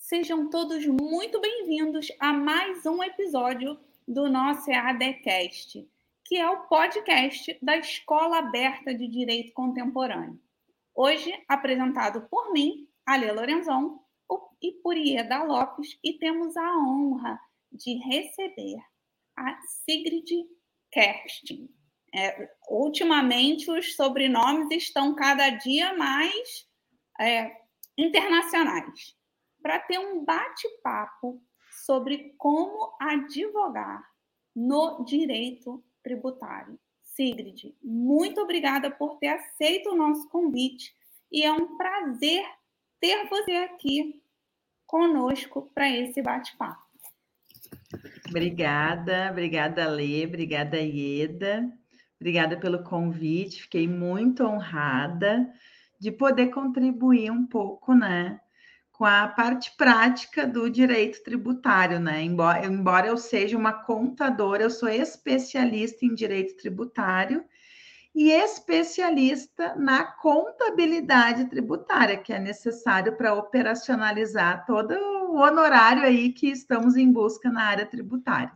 Sejam todos muito bem-vindos a mais um episódio do nosso EADcast, que é o podcast da Escola Aberta de Direito Contemporâneo. Hoje, apresentado por mim, Alê Lorenzon, e por Ieda Lopes, e temos a honra de receber a Sigrid Kerstin. Ultimamente, os sobrenomes estão cada dia mais internacionais, para ter um bate-papo sobre como advogar no direito tributário. Sigrid, muito obrigada por ter aceito o nosso convite e é um prazer ter você aqui conosco para esse bate-papo. Obrigada, Lê, obrigada, Ieda, obrigada pelo convite, fiquei muito honrada de poder contribuir um pouco, né, com a parte prática do direito tributário, né, embora eu seja uma contadora, eu sou especialista em direito tributário e especialista na contabilidade tributária, que é necessário para operacionalizar todo o honorário aí que estamos em busca na área tributária.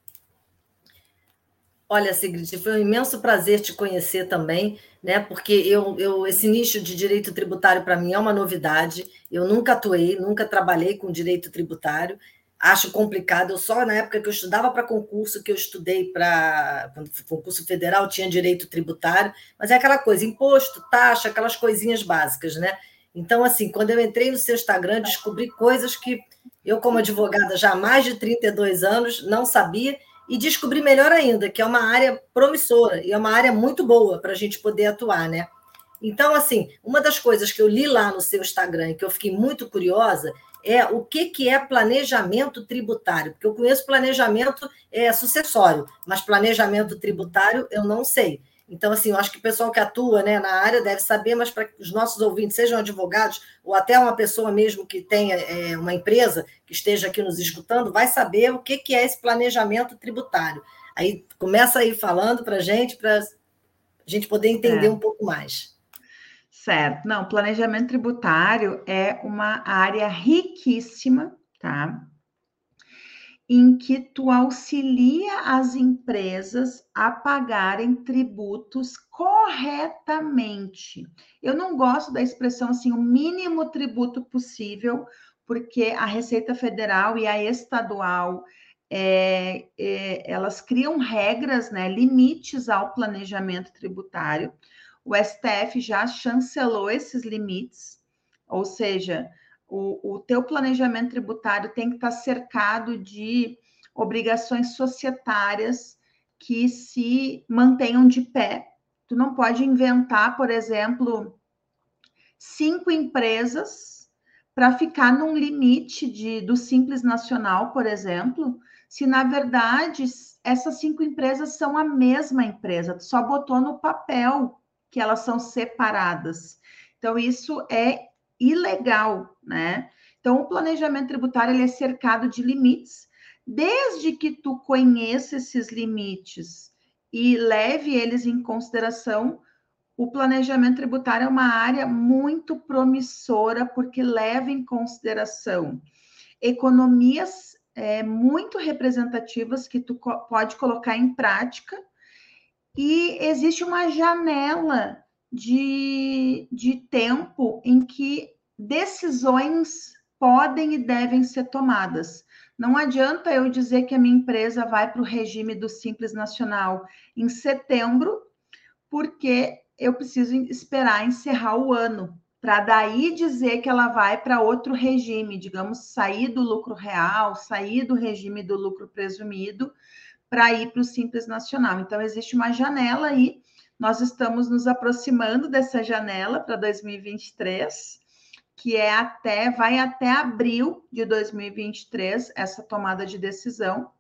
Olha, Sigrid, foi um imenso prazer te conhecer também, né? Porque esse nicho de direito tributário para mim é uma novidade. Eu nunca atuei, nunca trabalhei com direito tributário. Acho complicado. Eu só na época que eu estudava para concurso, que eu estudei para concurso federal, tinha direito tributário, mas é aquela coisa, imposto, taxa, aquelas coisinhas básicas, né? Então, assim, quando eu entrei no seu Instagram, descobri coisas que eu, como advogada já há mais de 32 anos, não sabia. E descobri melhor ainda, que é uma área promissora e é uma área muito boa para a gente poder atuar, né? Então, assim, uma das coisas que eu li lá no seu Instagram e que eu fiquei muito curiosa é o que é planejamento tributário, porque eu conheço planejamento sucessório, mas planejamento tributário eu não sei. Então, assim, eu acho que o pessoal que atua, né, na área deve saber, mas para que os nossos ouvintes sejam advogados ou até uma pessoa mesmo que tenha uma empresa que esteja aqui nos escutando, vai saber o que é esse planejamento tributário. Aí começa aí falando para a gente poder entender um pouco mais. Certo. Não, planejamento tributário é uma área riquíssima, tá? Em que tu auxilia as empresas a pagarem tributos corretamente. Eu não gosto da expressão assim, o mínimo tributo possível, porque a Receita Federal e a estadual, elas criam regras, né, limites ao planejamento tributário. O STF já chancelou esses limites, ou seja, o teu planejamento tributário tem que estar cercado de obrigações societárias que se mantenham de pé. Tu não pode inventar, por exemplo, 5 empresas para ficar num limite do Simples Nacional, por exemplo, se na verdade essas 5 empresas são a mesma empresa, tu só botou no papel que elas são separadas. Então, isso é ilegal, né? Então, o planejamento tributário ele é cercado de limites, desde que tu conheça esses limites e leve eles em consideração. O planejamento tributário é uma área muito promissora, porque leva em consideração economias muito representativas que tu pode colocar em prática, e existe uma janela de tempo em que decisões podem e devem ser tomadas. Não adianta eu dizer que a minha empresa vai para o regime do Simples Nacional em setembro, porque eu preciso esperar encerrar o ano, para daí dizer que ela vai para outro regime, digamos, sair do lucro real, sair do regime do lucro presumido, para ir para o Simples Nacional. Então, existe uma janela aí, nós estamos nos aproximando dessa janela para 2023, que vai até abril de 2023, essa tomada de decisão.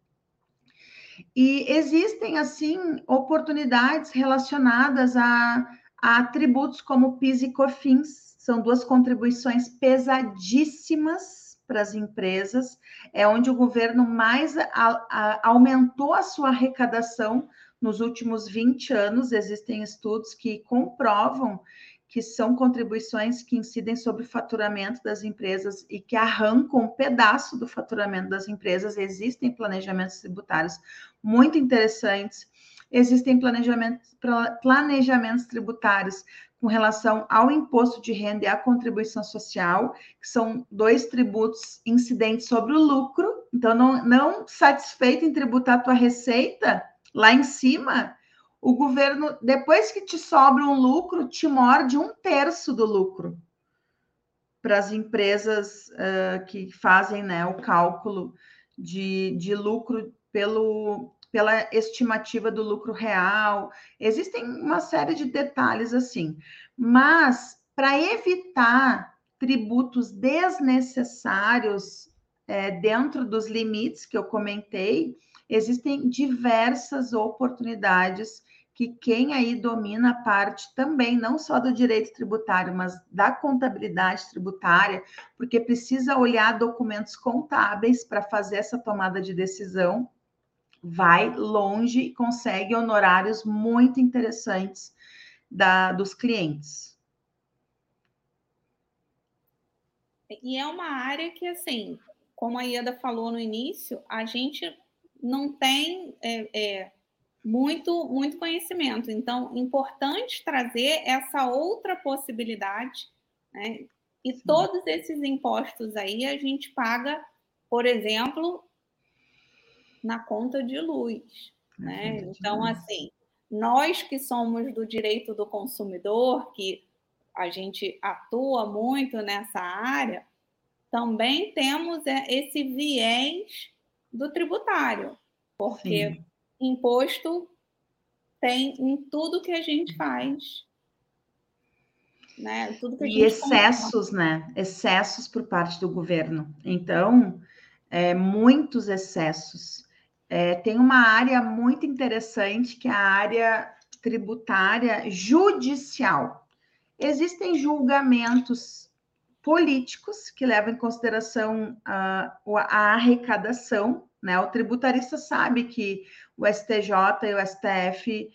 E existem, assim, oportunidades relacionadas a tributos como PIS e COFINS, são 2 contribuições pesadíssimas para as empresas, é onde o governo mais aumentou a sua arrecadação nos últimos 20 anos. Existem estudos que comprovam que são contribuições que incidem sobre o faturamento das empresas e que arrancam um pedaço do faturamento das empresas. Existem planejamentos tributários muito interessantes, existem planejamentos tributários com relação ao imposto de renda e à contribuição social, que são 2 tributos incidentes sobre o lucro. Então, não satisfeito em tributar a tua receita lá em cima, o governo, depois que te sobra um lucro, te morde 1/3 do lucro para as empresas que fazem, né, o cálculo de lucro pela estimativa do lucro real. Existem uma série de detalhes assim, mas para evitar tributos desnecessários dentro dos limites que eu comentei, existem diversas oportunidades que quem aí domina a parte também, não só do direito tributário, mas da contabilidade tributária, porque precisa olhar documentos contábeis para fazer essa tomada de decisão, vai longe e consegue honorários muito interessantes dos clientes. E é uma área que, assim, como a Ieda falou no início, a gente não tem muito conhecimento. Então, importante trazer essa outra possibilidade, né? E Sim. Todos esses impostos aí a gente paga, por exemplo, na conta de luz, né? Então, assim, nós que somos do direito do consumidor, que a gente atua muito nessa área, também temos esse viés do tributário, porque Sim. imposto tem em tudo que a gente faz, né? Tudo que a E gente excessos, né? Excessos por parte do governo. Então, muitos excessos. Tem uma área muito interessante que é a área tributária judicial. Existem julgamentos políticos que levam em consideração a arrecadação, né? O tributarista sabe que o STJ e o STF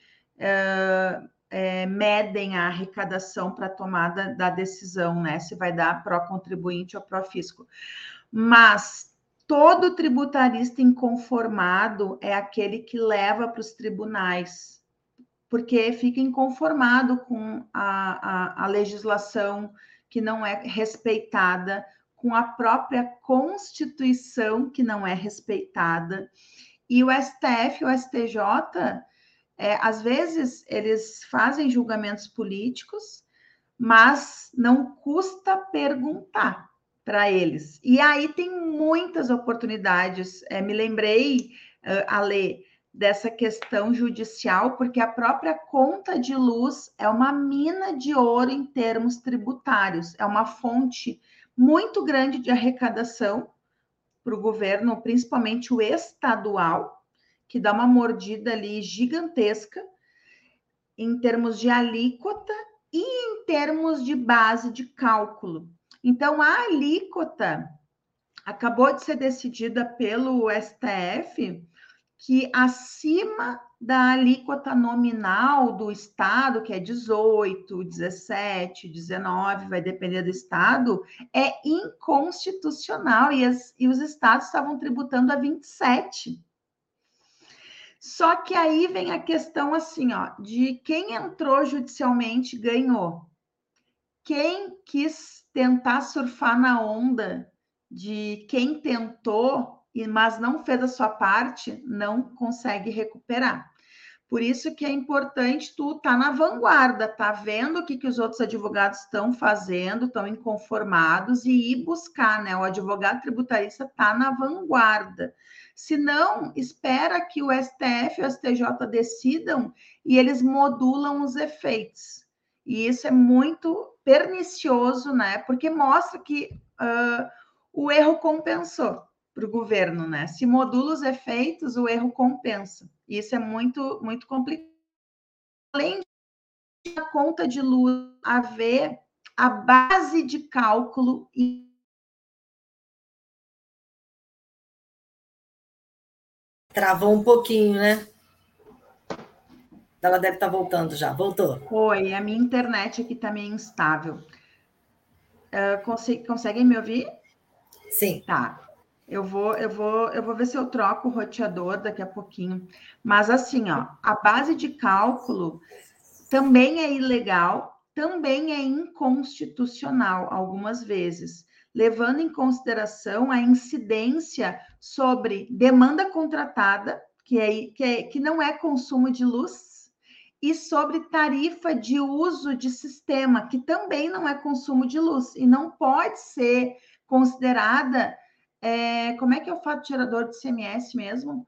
medem a arrecadação para a tomada da decisão, né? Se vai dar pró-contribuinte ou pró-fisco. Mas todo tributarista inconformado é aquele que leva para os tribunais, porque fica inconformado com a legislação que não é respeitada, com a própria Constituição que não é respeitada. E o STF, o STJ, às vezes eles fazem julgamentos políticos, mas não custa perguntar para eles. E aí tem muitas oportunidades. Me lembrei, Ale, dessa questão judicial, porque a própria conta de luz é uma mina de ouro em termos tributários, é uma fonte muito grande de arrecadação para o governo, principalmente o estadual, que dá uma mordida ali gigantesca em termos de alíquota e em termos de base de cálculo. Então, a alíquota acabou de ser decidida pelo STF que acima da alíquota nominal do estado, que é 18, 17, 19, vai depender do estado, é inconstitucional e os estados estavam tributando a 27. Só que aí vem a questão assim, ó, de quem entrou judicialmente ganhou. Quem quis tentar surfar na onda de quem tentou, mas não fez a sua parte, não consegue recuperar. Por isso que é importante tu estar na vanguarda, tá vendo o que os outros advogados estão fazendo, estão inconformados e ir buscar, né? O advogado tributarista está na vanguarda. Se não, espera que o STF e o STJ decidam e eles modulam os efeitos. E isso é muito pernicioso, né? Porque mostra que o erro compensou para o governo, né? Se modula os efeitos, o erro compensa. Isso é muito, muito complicado. Além da conta de luz haver a base de cálculo e travou um pouquinho, né? Ela deve estar voltando já. Voltou. Oi, a minha internet aqui está meio instável. Conseguem me ouvir? Sim. Tá. Eu vou ver se eu troco o roteador daqui a pouquinho. Mas assim, ó, a base de cálculo também é ilegal, também é inconstitucional algumas vezes, levando em consideração a incidência sobre demanda contratada, que não é consumo de luz, e sobre tarifa de uso de sistema, que também não é consumo de luz, e não pode ser considerada. Como é que eu faço gerador de ICMS mesmo?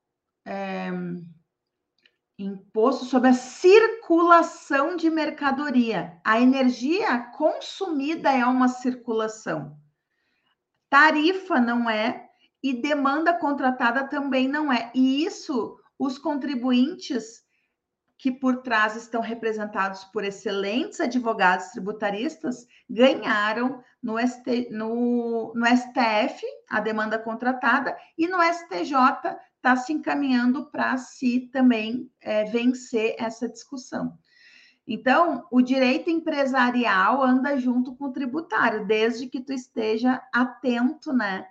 Imposto sobre a circulação de mercadoria. A energia consumida é uma circulação. Tarifa não é, e demanda contratada também não é. E isso, os contribuintes que por trás estão representados por excelentes advogados tributaristas, ganharam no STF a demanda contratada, e no STJ está se encaminhando para se também vencer essa discussão. Então, o direito empresarial anda junto com o tributário, desde que tu esteja atento, né,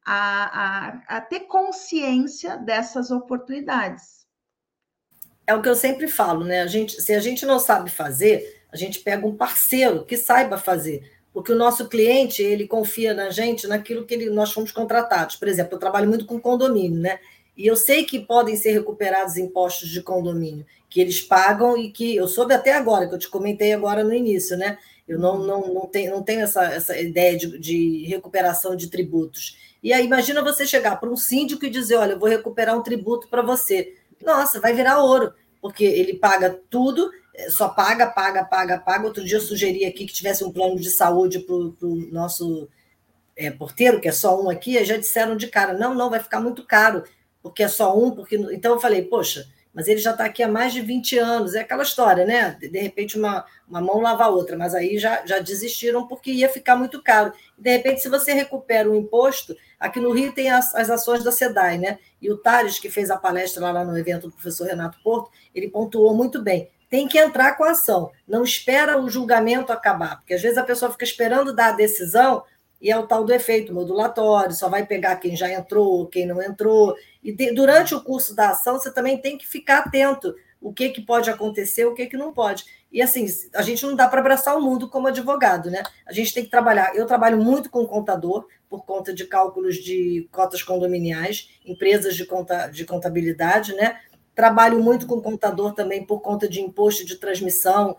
a ter consciência dessas oportunidades. É o que eu sempre falo, né? Se a gente não sabe fazer, a gente pega um parceiro que saiba fazer, porque o nosso cliente, ele confia na gente, naquilo que nós fomos contratados. Por exemplo, eu trabalho muito com condomínio, né? E eu sei que podem ser recuperados impostos de condomínio, que eles pagam e que eu soube até agora, que eu te comentei agora no início, né? Eu não tenho essa ideia de recuperação de tributos. E aí, imagina você chegar para um síndico e dizer, olha, eu vou recuperar um tributo para você. Nossa, vai virar ouro, porque ele paga tudo, só paga. Outro dia eu sugeri aqui que tivesse um plano de saúde para o nosso porteiro, que é só um aqui, e já disseram de cara, não, vai ficar muito caro, porque é só um, porque... Então eu falei, poxa, mas ele já está aqui há mais de 20 anos, é aquela história, né? De repente uma mão lava a outra, mas aí já desistiram porque ia ficar muito caro. De repente, se você recupera o imposto, aqui no Rio tem as ações da SEDAI, né? E o Thales, que fez a palestra lá no evento do professor Renato Porto, ele pontuou muito bem. Tem que entrar com a ação, não espera o julgamento acabar, porque às vezes a pessoa fica esperando dar a decisão e é o tal do efeito modulatório, só vai pegar quem já entrou, quem não entrou. E durante o curso da ação, você também tem que ficar atento o que pode acontecer, o que não pode. E assim, a gente não dá para abraçar o mundo como advogado, né? A gente tem que trabalhar. Eu trabalho muito com contador, por conta de cálculos de cotas condominiais, empresas de contabilidade, né? Trabalho muito com contador também por conta de imposto de transmissão,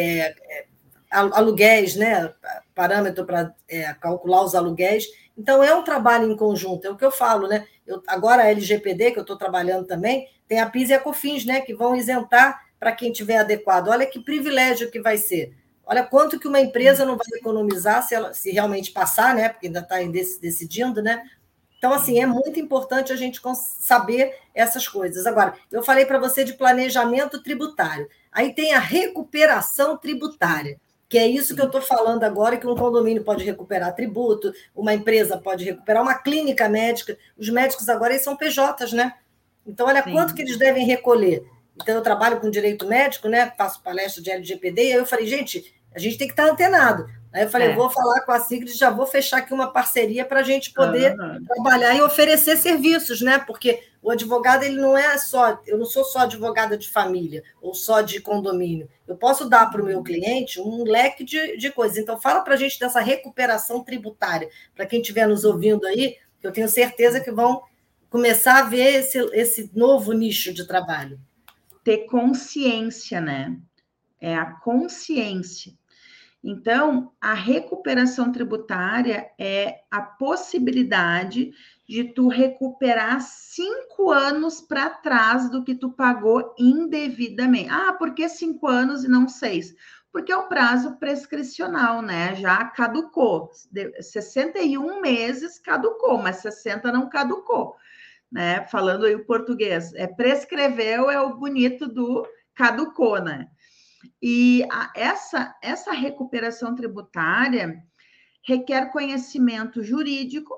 aluguéis, né? Parâmetro para calcular os aluguéis. Então, é um trabalho em conjunto, é o que eu falo, né? Agora, a LGPD, que eu estou trabalhando também, tem a PIS e a COFINS, né? Que vão isentar para quem tiver adequado. Olha que privilégio que vai ser. Olha quanto que uma empresa não vai economizar se realmente passar, né? Porque ainda está decidindo, né? Então, assim, é muito importante a gente saber essas coisas. Agora, eu falei para você de planejamento tributário. Aí tem a recuperação tributária, que é isso que eu estou falando agora, que um condomínio pode recuperar tributo, uma empresa pode recuperar, uma clínica médica. Os médicos agora eles são PJs, né? Então, olha quanto que eles devem recolher. Então, eu trabalho com direito médico, né? Faço palestra de LGPD, e aí eu falei, gente, a gente tem que estar antenado. Aí eu falei, vou falar com a Sigrid, já vou fechar aqui uma parceria para a gente poder trabalhar e oferecer serviços, né? Porque o advogado, ele não é só... Eu não sou só advogada de família ou só de condomínio. Eu posso dar para o meu cliente um leque de coisas. Então, fala para a gente dessa recuperação tributária. Para quem estiver nos ouvindo aí, eu tenho certeza que vão começar a ver esse novo nicho de trabalho. Ter consciência, né? É a consciência. Então, a recuperação tributária é a possibilidade de tu recuperar 5 anos para trás do que tu pagou indevidamente. Ah, por que 5 anos e não 6? Porque é o prazo prescricional, né? Já caducou. 61 meses caducou, mas 60 não caducou, né? Falando aí o português. Prescreveu é o bonito do caducou, né? E essa recuperação tributária requer conhecimento jurídico,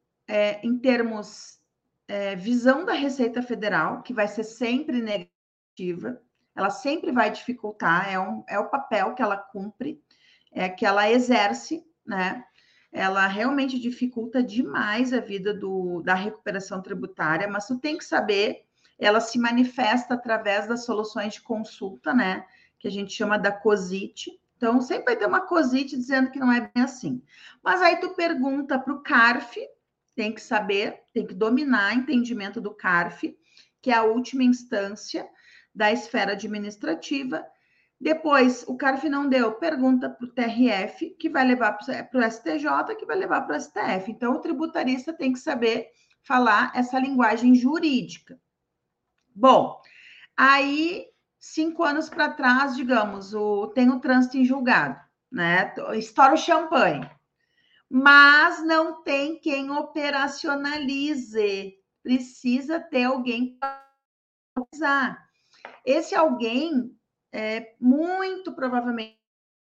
em termos visão da Receita Federal, que vai ser sempre ela sempre vai dificultar, é o papel que ela cumpre, que ela exerce, né? Ela realmente dificulta demais a vida da recuperação tributária, mas tu tem que saber, ela se manifesta através das soluções de consulta, né? Que a gente chama da COSIT. Então, sempre vai ter uma COSIT dizendo que não é bem assim. Mas aí tu pergunta para o CARF, tem que saber, tem que dominar o entendimento do CARF, que é a última instância da esfera administrativa. Depois, o CARF não deu, pergunta para o TRF, que vai levar para o STJ, que vai levar para o STF. Então, o tributarista tem que saber falar essa linguagem jurídica. Bom, aí, 5 anos para trás, digamos, tem o trânsito em julgado, né? Estoura o champanhe. Mas não tem quem operacionalize. Precisa ter alguém para usar. Esse alguém, muito provavelmente,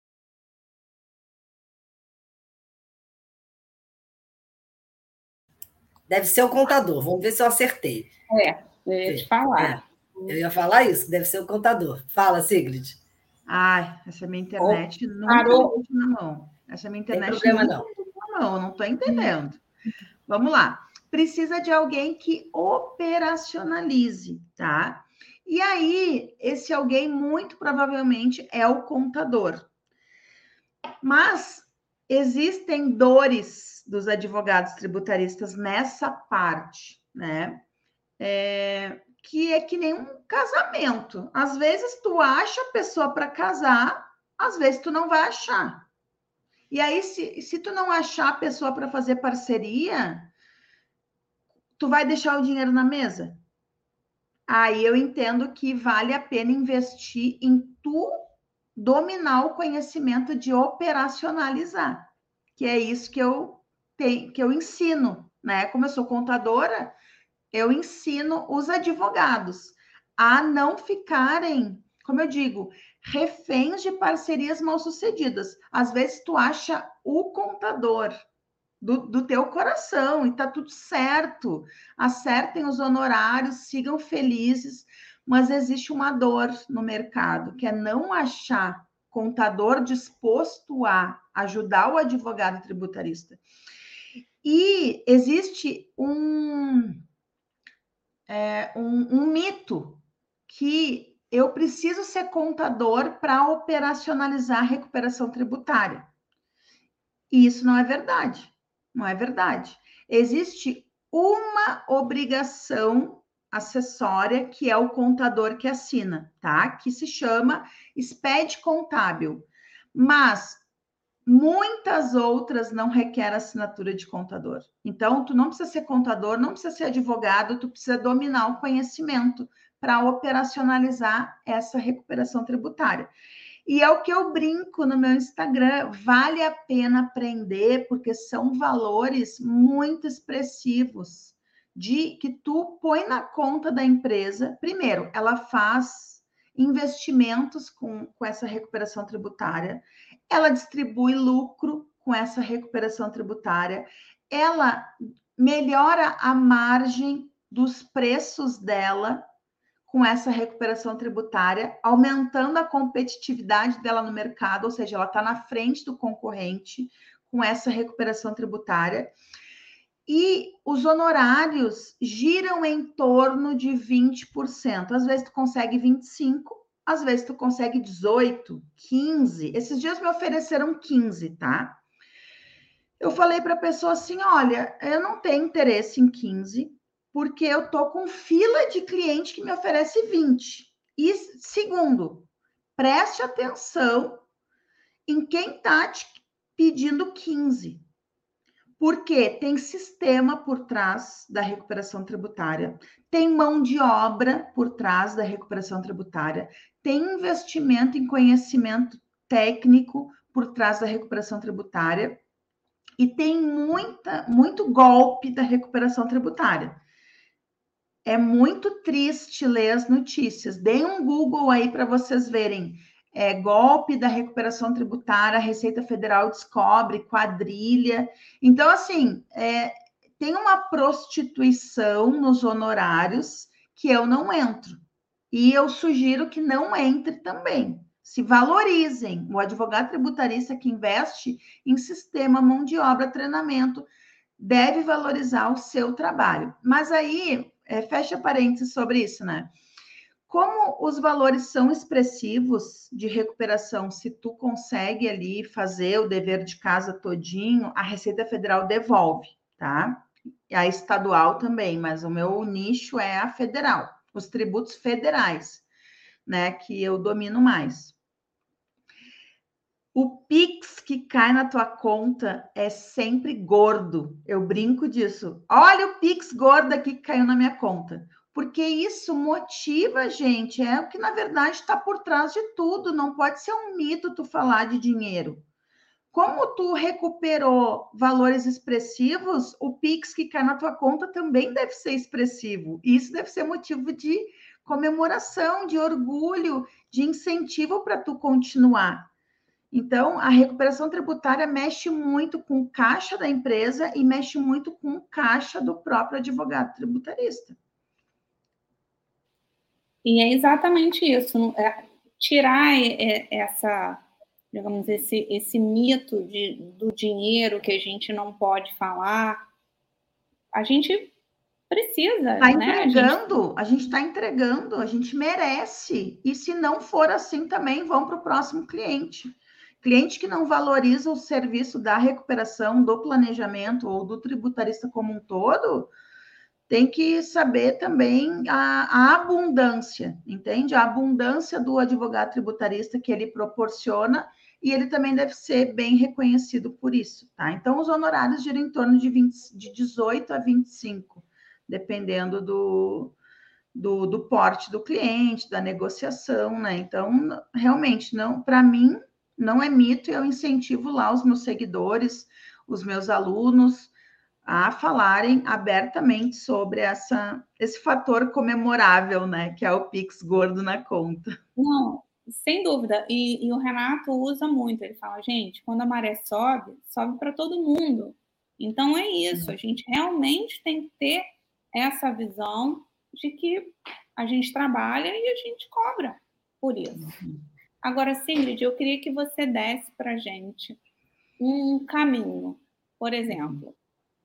deve ser o contador. Vamos ver se eu acertei. Eu ia te falar. Eu ia falar isso, deve ser o contador. Fala, Sigrid. Ai, essa minha internet não parou na mão. Essa minha internet não tem problema, não. Na mão, não estou entendendo. Vamos lá. Precisa de alguém que operacionalize, tá? E aí, esse alguém, muito provavelmente, é o contador. Mas existem dores dos advogados tributaristas nessa parte, né? Que é que nem um casamento. Às vezes tu acha a pessoa para casar, às vezes tu não vai achar. E aí, se tu não achar a pessoa para fazer parceria, tu vai deixar o dinheiro na mesa? Aí eu entendo que vale a pena investir em tu dominar o conhecimento de operacionalizar, que é isso que eu ensino, né? Como eu sou contadora, eu ensino os advogados a não ficarem, como eu digo, reféns de parcerias mal-sucedidas. Às vezes tu acha o contador do teu coração e tá tudo certo. Acertem os honorários, sigam felizes, mas existe uma dor no mercado, que é não achar contador disposto a ajudar o advogado tributarista. E existe um mito que eu preciso ser contador para operacionalizar a recuperação tributária. E isso não é verdade. Não é verdade. Existe uma obrigação acessória que é o contador que assina, tá? Que se chama SPED contábil. Mas muitas outras não requerem assinatura de contador. Então, tu não precisa ser contador, não precisa ser advogado, tu precisa dominar o conhecimento para operacionalizar essa recuperação tributária. E é o que eu brinco no meu Instagram, vale a pena aprender, porque são valores muito expressivos, de que tu põe na conta da empresa. Primeiro, ela faz investimentos com essa recuperação tributária, ela distribui lucro com essa recuperação tributária, ela melhora a margem dos preços dela com essa recuperação tributária, aumentando a competitividade dela no mercado, ou seja, ela está na frente do concorrente com essa recuperação tributária. E os honorários giram em torno de 20%. Às vezes tu consegue 25%, às vezes tu consegue 18%, 15%. Esses dias me ofereceram 15%, tá? Eu falei para a pessoa assim, olha, eu não tenho interesse em 15%, porque eu tô com fila de cliente que me oferece 20%. E segundo, preste atenção em quem está te pedindo 15%. Porque tem sistema por trás da recuperação tributária, tem mão de obra por trás da recuperação tributária, tem investimento em conhecimento técnico por trás da recuperação tributária e tem muito golpe da recuperação tributária. É muito triste ler as notícias. Deem um Google aí para vocês verem. Golpe da recuperação tributária, a Receita Federal descobre, quadrilha. Então, assim, tem uma prostituição nos honorários que eu não entro. E eu sugiro que não entre também. Se valorizem. O advogado tributarista que investe em sistema, mão de obra, treinamento, deve valorizar o seu trabalho. Mas aí, fecha parênteses sobre isso, né? Como os valores são expressivos de recuperação, se tu consegue ali fazer o dever de casa todinho, a Receita Federal devolve, tá? E a estadual também, mas o meu nicho é a federal, os tributos federais, né, que eu domino mais. O Pix que cai na tua conta é sempre gordo. Eu brinco disso. Olha o Pix gordo aqui que caiu na minha conta. Porque isso motiva a gente. É o que, na verdade, está por trás de tudo. Não pode ser um mito tu falar de dinheiro. Como tu recuperou valores expressivos, o Pix que cai na tua conta também deve ser expressivo. Isso deve ser motivo de comemoração, de orgulho, de incentivo para tu continuar. Então, a recuperação tributária mexe muito com o caixa da empresa e mexe muito com o caixa do próprio advogado tributarista. E é exatamente isso, tirar essa, digamos, esse mito do dinheiro que a gente não pode falar. A gente precisa, Tá né? A gente está entregando, a gente merece. E se não for assim também, vão para o próximo cliente. Cliente que não valoriza o serviço da recuperação, do planejamento ou do tributarista como um todo, tem que saber também a abundância, entende? A abundância do advogado tributarista que ele proporciona e ele também deve ser bem reconhecido por isso, tá? Então, os honorários giram em torno de 18 a 25, dependendo do porte do cliente, da negociação, né? Então, realmente, não, para mim, não é mito, eu incentivo lá os meus seguidores, os meus alunos, a falarem abertamente sobre esse fator comemorável, né? Que é o Pix gordo na conta. Não, sem dúvida. E o Renato usa muito, ele fala, gente, quando a maré sobe, sobe para todo mundo. Então é isso, a gente realmente tem que ter essa visão de que a gente trabalha e a gente cobra por isso. Agora, Sigrid, eu queria que você desse para a gente um caminho. Por exemplo,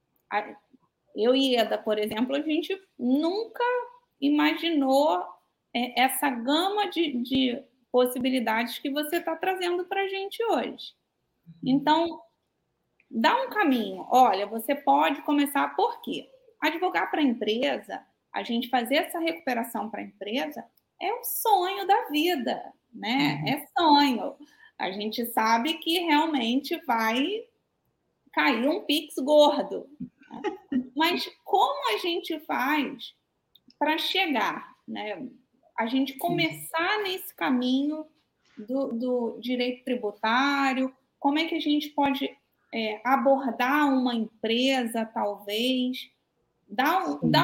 eu e Eda, por exemplo, a gente nunca imaginou essa gama de possibilidades que você está trazendo para a gente hoje. Então, dá um caminho. Olha, você pode começar por quê? Advogar para a empresa, a gente fazer essa recuperação para a empresa, é o sonho da vida, né? É sonho. A gente sabe que realmente vai cair um Pix gordo. Né? Mas como a gente faz para chegar, né? A gente começar nesse caminho do direito tributário, como é que a gente pode abordar uma empresa, talvez, dá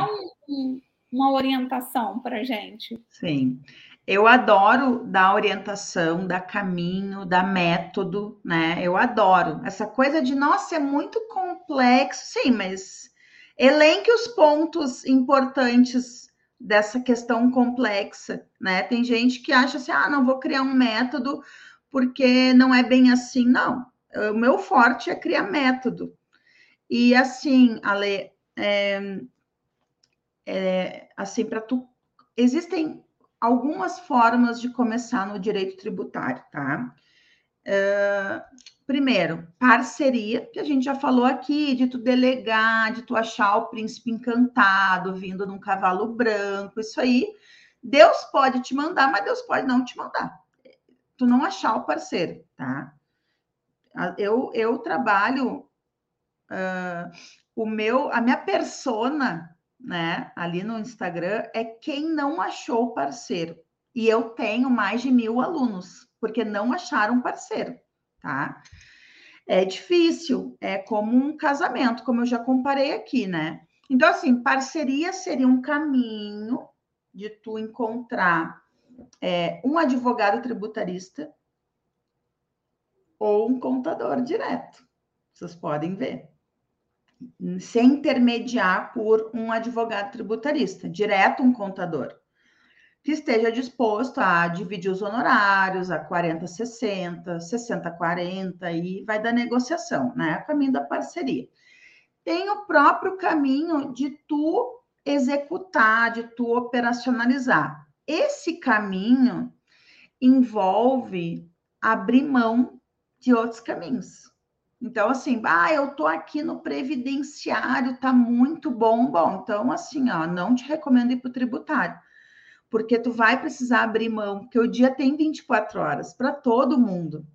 uma orientação para a gente. Sim, eu adoro dar orientação, dar caminho, dar método, né? Eu adoro essa coisa de, nossa, é muito complexo, sim, mas elenque os pontos importantes dessa questão complexa, né? Tem gente que acha assim, não vou criar um método porque não é bem assim. Não, o meu forte é criar método. E assim, Ale, assim, para tu... Existem algumas formas de começar no direito tributário, tá? Primeiro, parceria, que a gente já falou aqui, de tu delegar, de tu achar o príncipe encantado vindo num cavalo branco, isso aí, Deus pode te mandar, mas Deus pode não te mandar. Tu não achar o parceiro, tá? Eu trabalho a minha persona, né, ali no Instagram é quem não achou o parceiro. E eu tenho mais de 1.000 alunos, porque não acharam parceiro, tá? É difícil, é como um casamento, como eu já comparei aqui, né? Então, assim, parceria seria um caminho de tu encontrar um advogado tributarista ou um contador direto. Vocês podem ver. Sem intermediar por um advogado tributarista, direto um contador. que esteja disposto a dividir os honorários, a 40-60, 60-40, e vai da negociação, né? O caminho da parceria. Tem o próprio caminho de tu executar, de tu operacionalizar. Esse caminho envolve abrir mão de outros caminhos. Então, assim, eu tô aqui no previdenciário, tá muito bom. Bom, então, assim, ó, não te recomendo ir para o tributário, porque tu vai precisar abrir mão, porque o dia tem 24 horas para todo mundo.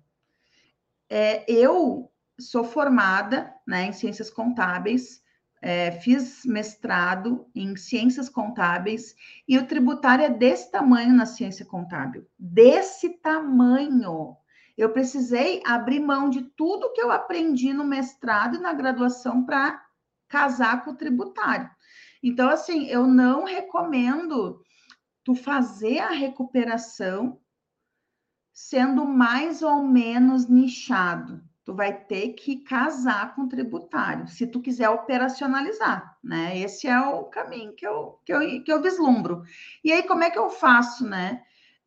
Eu sou formada, né, em ciências contábeis, fiz mestrado em ciências contábeis, e o tributário é desse tamanho na ciência contábil, desse tamanho. Eu precisei abrir mão de tudo que eu aprendi no mestrado e na graduação para casar com o tributário. Então, assim, eu não recomendo tu fazer a recuperação sendo mais ou menos nichado. Tu vai ter que casar com o tributário, se tu quiser operacionalizar, né? Esse é o caminho que eu vislumbro. E aí, como é que eu faço, né?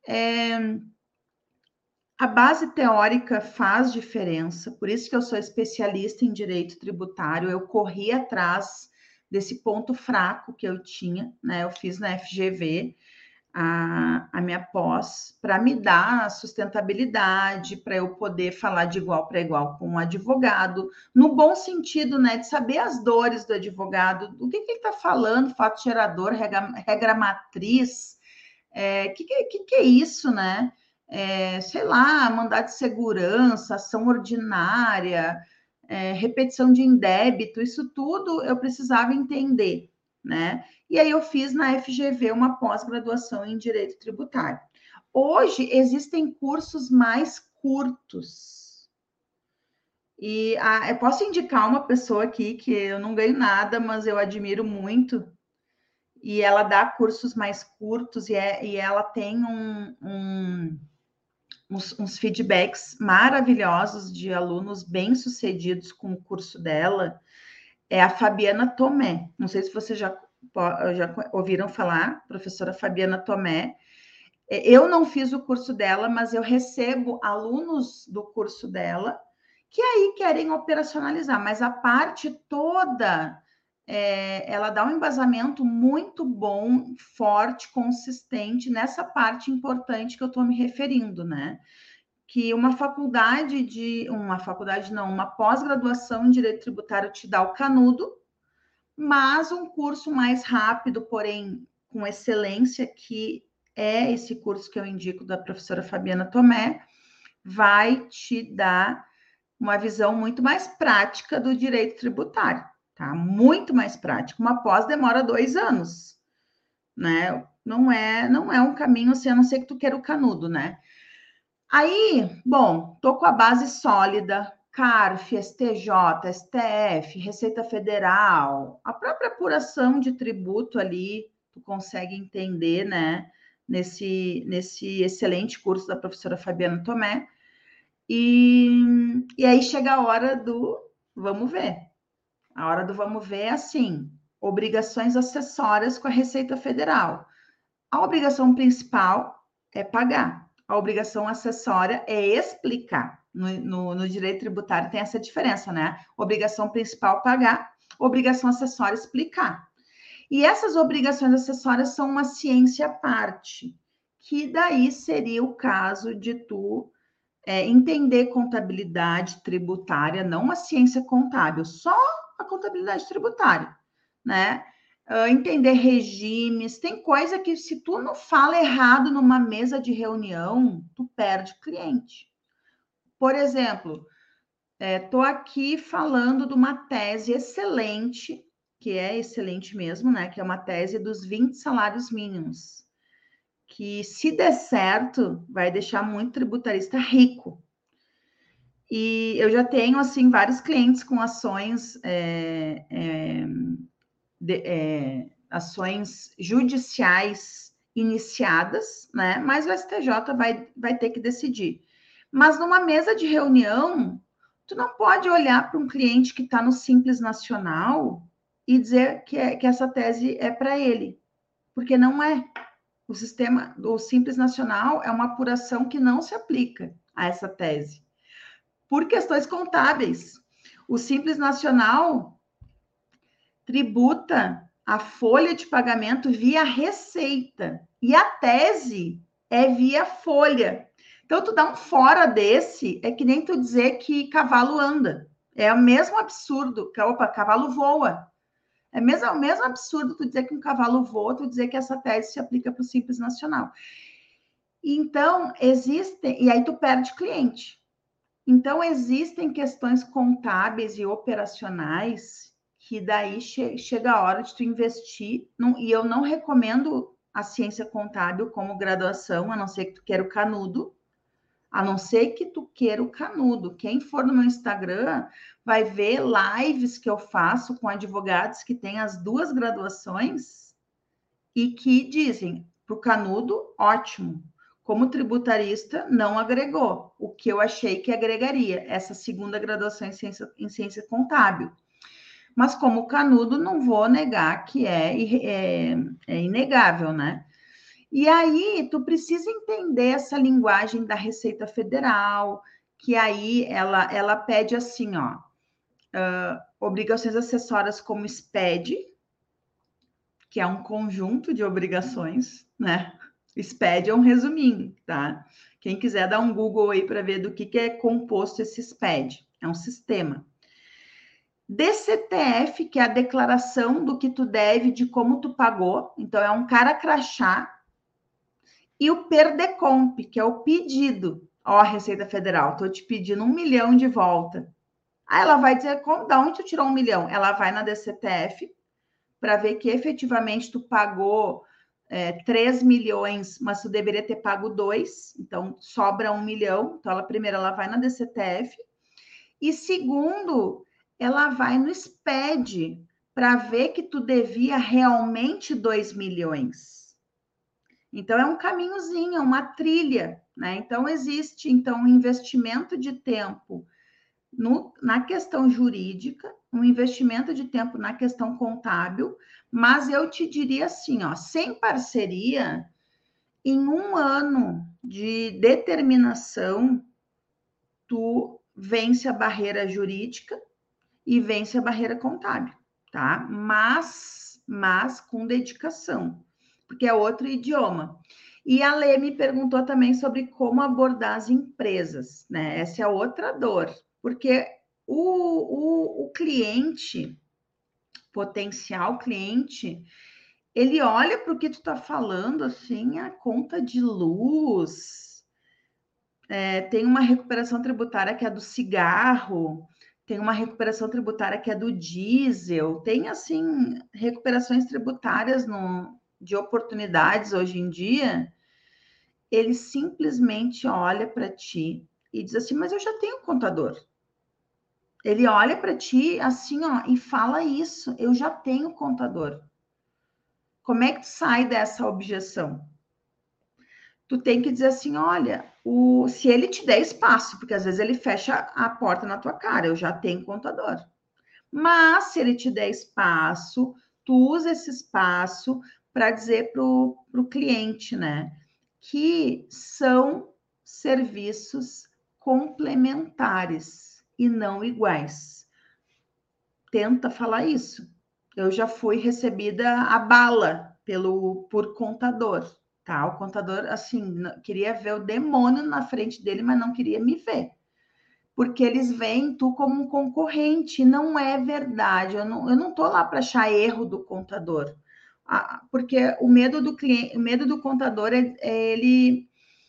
A base teórica faz diferença, por isso que eu sou especialista em direito tributário. Eu corri atrás desse ponto fraco que eu tinha, né? Eu fiz na FGV a minha pós para me dar sustentabilidade, para eu poder falar de igual para igual com um advogado, no bom sentido, né, de saber as dores do advogado, o que ele está falando, fato gerador, regra matriz, que é isso, né? Sei lá, mandado de segurança, ação ordinária, repetição de indébito, isso tudo eu precisava entender, né? E aí eu fiz na FGV uma pós-graduação em Direito Tributário. Hoje existem cursos mais curtos. E eu posso indicar uma pessoa aqui que eu não ganho nada, mas eu admiro muito. E ela dá cursos mais curtos e ela tem uns feedbacks maravilhosos de alunos bem-sucedidos com o curso dela. É a Fabiana Tomé. Não sei se vocês já ouviram falar, professora Fabiana Tomé. Eu não fiz o curso dela, mas eu recebo alunos do curso dela que aí querem operacionalizar, mas a parte toda, ela dá um embasamento muito bom, forte, consistente nessa parte importante que eu estou me referindo, né? Que uma pós-graduação em Direito Tributário te dá o canudo, mas um curso mais rápido, porém com excelência, que é esse curso que eu indico da professora Fabiana Tomé, vai te dar uma visão muito mais prática do direito tributário, tá? Muito mais prática. Uma pós demora 2 anos, né? Não é um caminho assim, a não ser que tu queira o canudo, né? Aí, bom, tô com a base sólida, CARF, STJ, STF, Receita Federal, a própria apuração de tributo ali, tu consegue entender, né? Nesse excelente curso da professora Fabiana Tomé. E aí chega a hora do vamos ver. A hora do vamos ver é assim: obrigações acessórias com a Receita Federal. A obrigação principal é pagar. A obrigação acessória é explicar. No direito tributário tem essa diferença, né? Obrigação principal pagar, obrigação acessória explicar. E essas obrigações acessórias são uma ciência à parte, que daí seria o caso de tu entender contabilidade tributária, não a ciência contábil, só a contabilidade tributária, né? Entender regimes, tem coisa que se tu não fala errado numa mesa de reunião, tu perde cliente. Por exemplo, estou aqui falando de uma tese excelente, que é excelente mesmo, né? Que é uma tese dos 20 salários mínimos, que se der certo, vai deixar muito tributarista rico. E eu já tenho, assim, vários clientes com ações ações judiciais iniciadas, né? Mas o STJ vai ter que decidir. Mas numa mesa de reunião, tu não pode olhar para um cliente que está no Simples Nacional e dizer que essa tese é para ele, porque não é. O sistema do Simples Nacional é uma apuração que não se aplica a essa tese, por questões contábeis. O Simples Nacional tributa a folha de pagamento via receita, e a tese é via folha. Então, tu dá um fora desse, é que nem tu dizer que cavalo anda. É o mesmo absurdo. Opa, cavalo voa. É o mesmo absurdo tu dizer que um cavalo voa, tu dizer que essa tese se aplica para o Simples Nacional. Então, existem... E aí tu perde cliente. Então, existem questões contábeis e operacionais que daí chega a hora de tu investir. E eu não recomendo a ciência contábil como graduação, a não ser que tu queira o canudo. A não ser que tu queira o canudo. Quem for no meu Instagram vai ver lives que eu faço com advogados que têm as 2 graduações e que dizem, para o canudo, ótimo. Como tributarista, não agregou o que eu achei que agregaria, essa 2ª graduação em ciência contábil. Mas como canudo, não vou negar que é inegável, né? E aí, tu precisa entender essa linguagem da Receita Federal, que aí ela pede assim, ó, obrigações acessórias como SPED, que é um conjunto de obrigações, né? SPED é um resuminho, tá? Quem quiser dar um Google aí para ver do que é composto esse SPED. É um sistema. DCTF, que é a declaração do que tu deve, de como tu pagou. Então, é um cara crachá. E o PERDECOMP, que é o pedido. Ó, Receita Federal, estou te pedindo 1 milhão de volta. Aí ela vai dizer, da onde tu tirou 1 milhão? Ela vai na DCTF para ver que efetivamente tu pagou 3 milhões, mas tu deveria ter pago 2, então sobra 1 milhão. Então, primeiro, ela vai na DCTF. E segundo, ela vai no SPED para ver que tu devia realmente 2 milhões. Então, é um caminhozinho, é uma trilha, né? Então, existe, um investimento de tempo na questão jurídica, um investimento de tempo na questão contábil, mas eu te diria assim, ó, sem parceria, em 1 ano de determinação, tu vence a barreira jurídica e vence a barreira contábil, tá? Mas com dedicação, porque é outro idioma. E a Lê me perguntou também sobre como abordar as empresas, né? Essa é outra dor, porque o cliente, potencial cliente, ele olha para o que tu está falando, assim, a conta de luz, tem uma recuperação tributária que é do cigarro, tem uma recuperação tributária que é do diesel, tem, assim, recuperações tributárias de oportunidades hoje em dia. Ele simplesmente olha para ti e diz assim, mas eu já tenho contador. Ele olha para ti assim, ó, e fala isso, eu já tenho contador. Como é que tu sai dessa objeção? Tu tem que dizer assim, olha, se ele te der espaço, porque às vezes ele fecha a porta na tua cara, eu já tenho contador. Mas se ele te der espaço, tu usa esse espaço para dizer para o cliente, né? Que são serviços complementares e não iguais. Tenta falar isso. Eu já fui recebida a bala por contador, tá? O contador, assim, queria ver o demônio na frente dele, mas não queria me ver. Porque eles veem tu como um concorrente, não é verdade. Eu não tô lá para achar erro do contador. Porque o medo do cliente, o medo do contador é ele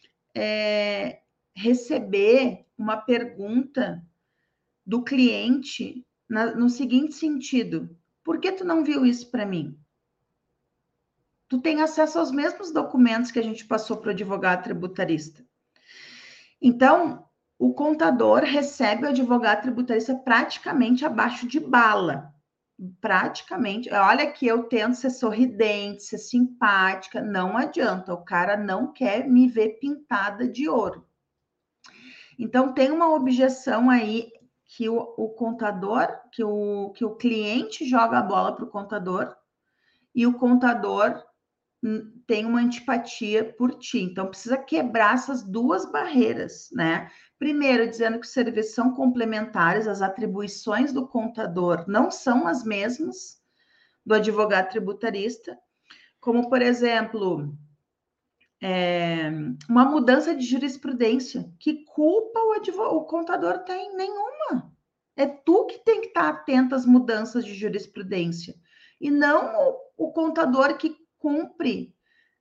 receber uma pergunta do cliente no seguinte sentido: por que tu não viu isso para mim? Tu tem acesso aos mesmos documentos que a gente passou para o advogado tributarista. Então, o contador recebe o advogado tributarista praticamente abaixo de bala. Praticamente. Olha que eu tento ser sorridente, ser simpática, não adianta. O cara não quer me ver pintada de ouro. Então, tem uma objeção aí que o contador, que o cliente joga a bola para o contador e o contador tem uma antipatia por ti. Então, precisa quebrar essas duas barreiras, né? Primeiro, dizendo que os serviços são complementares, as atribuições do contador não são as mesmas do advogado tributarista, como, por exemplo, uma mudança de jurisprudência. Que culpa o contador tem? Nenhuma. É tu que tem que estar atento às mudanças de jurisprudência, e não o contador que cumpre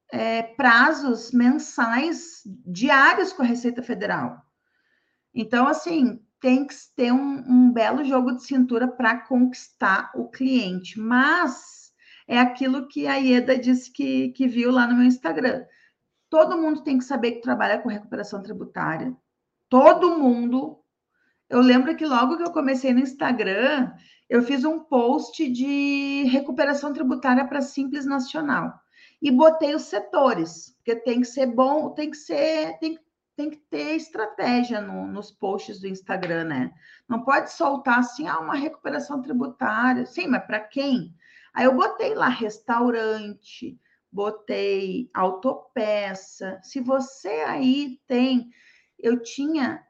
prazos mensais, diários com a Receita Federal. Então, assim, tem que ter um belo jogo de cintura para conquistar o cliente. Mas é aquilo que a Ieda disse que viu lá no meu Instagram. Todo mundo tem que saber que trabalha com recuperação tributária. Todo mundo. Eu lembro que logo que eu comecei no Instagram, eu fiz um post de recuperação tributária para Simples Nacional. E botei os setores, porque tem que ser bom, tem que ter estratégia nos posts do Instagram, né? Não pode soltar assim, uma recuperação tributária. Sim, mas para quem? Aí eu botei lá restaurante, botei autopeça. Se você aí tem... Eu tinha